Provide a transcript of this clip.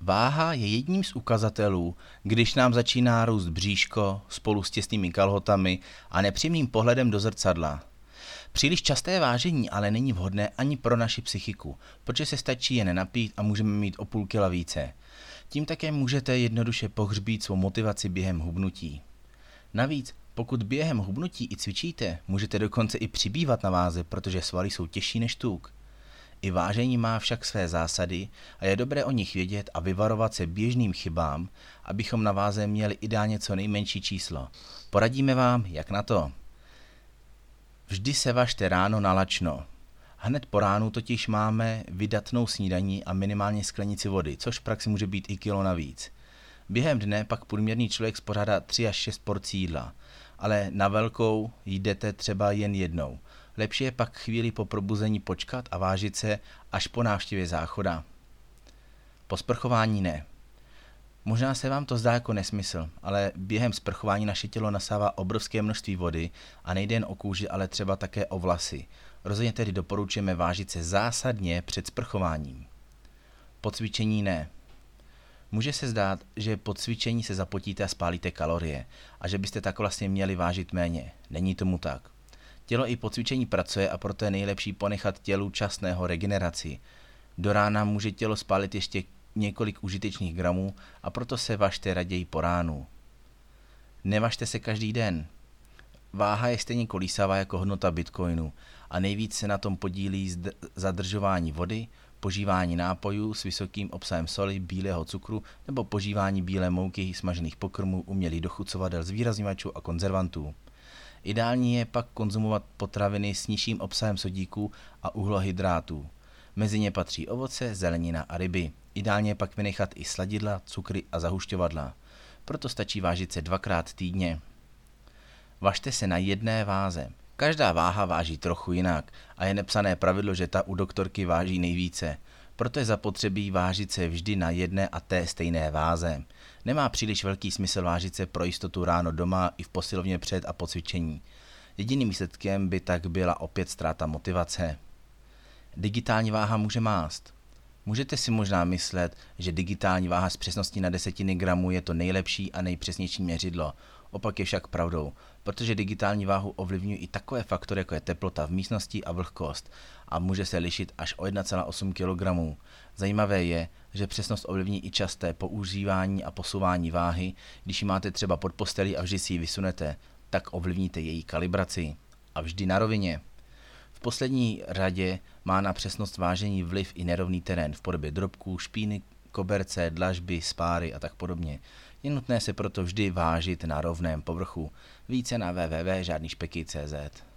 Váha je jedním z ukazatelů, když nám začíná růst bříško spolu s těsnými kalhotami a nepříjemným pohledem do zrcadla. Příliš časté vážení ale není vhodné ani pro naši psychiku, protože se stačí jen napít a můžeme mít o půl kila více. Tím také můžete jednoduše pohřbít svou motivaci během hubnutí. Navíc, pokud během hubnutí i cvičíte, můžete dokonce i přibývat na váze, protože svaly jsou těžší než tuk. I vážení má však své zásady a je dobré o nich vědět a vyvarovat se běžným chybám, abychom na váze měli ideálně co nejmenší číslo. Poradíme vám, jak na to. Vždy se važte ráno na lačno. Hned po ránu totiž máme vydatnou snídaní a minimálně sklenici vody, což v praxi může být i kilo navíc. Během dne pak průměrný člověk spořádá 3 až 6 porcí jídla, ale na velkou jdete třeba jen jednou. Lepší je pak chvíli po probuzení počkat a vážit se až po návštěvě záchoda. Po sprchování ne. Možná se vám to zdá jako nesmysl, ale během sprchování naše tělo nasává obrovské množství vody a nejde jen o kůži, ale třeba také o vlasy. Rozhodně tedy doporučujeme vážit se zásadně před sprchováním. Po cvičení ne. Může se zdát, že po cvičení se zapotíte a spálíte kalorie a že byste tak vlastně měli vážit méně. Není tomu tak. Tělo i po cvičení pracuje a proto je nejlepší ponechat tělu čas na jeho regeneraci. Do rána může tělo spálit ještě několik užitečných gramů a proto se važte raději po ránu. Nevažte se každý den. Váha je stejně kolísavá jako hodnota bitcoinu a nejvíc se na tom podílí zadržování vody, požívání nápojů s vysokým obsahem soli, bílého cukru nebo požívání bílé mouky, smažených pokrmů, umělých dochucovadel, zvýrazňovačů a konzervantů. Ideální je pak konzumovat potraviny s nižším obsahem sodíků a uhlohydrátů. Mezi ně patří ovoce, zelenina a ryby. Ideálně je pak vynechat i sladidla, cukry a zahušťovadla. Proto stačí vážit se 2krát týdně. Važte se na jedné váze. Každá váha váží trochu jinak a je nepsané pravidlo, že ta u doktorky váží nejvíce. Proto je zapotřebí vážit se vždy na jedné a té stejné váze. Nemá příliš velký smysl vážit se pro jistotu ráno doma i v posilovně před a po cvičení. Jediným výsledkem by tak byla opět ztráta motivace. Digitální váha může mást. Můžete si možná myslet, že digitální váha s přesností na desetiny gramů je to nejlepší a nejpřesnější měřidlo. Opak je však pravdou, protože digitální váhu ovlivňují i takové faktory, jako je teplota v místnosti a vlhkost a může se lišit až o 1,8 kg. Zajímavé je, že přesnost ovlivní i časté používání a posouvání váhy. Když ji máte třeba pod postelí a vždy si ji vysunete, tak ovlivníte její kalibraci. A vždy na rovině. V poslední řadě má na přesnost vážení vliv i nerovný terén v podobě drobků, špíny, koberce, dlažby, spáry a tak podobně. Je nutné se proto vždy vážit na rovném povrchu. Více na www.žádnyšpeky.cz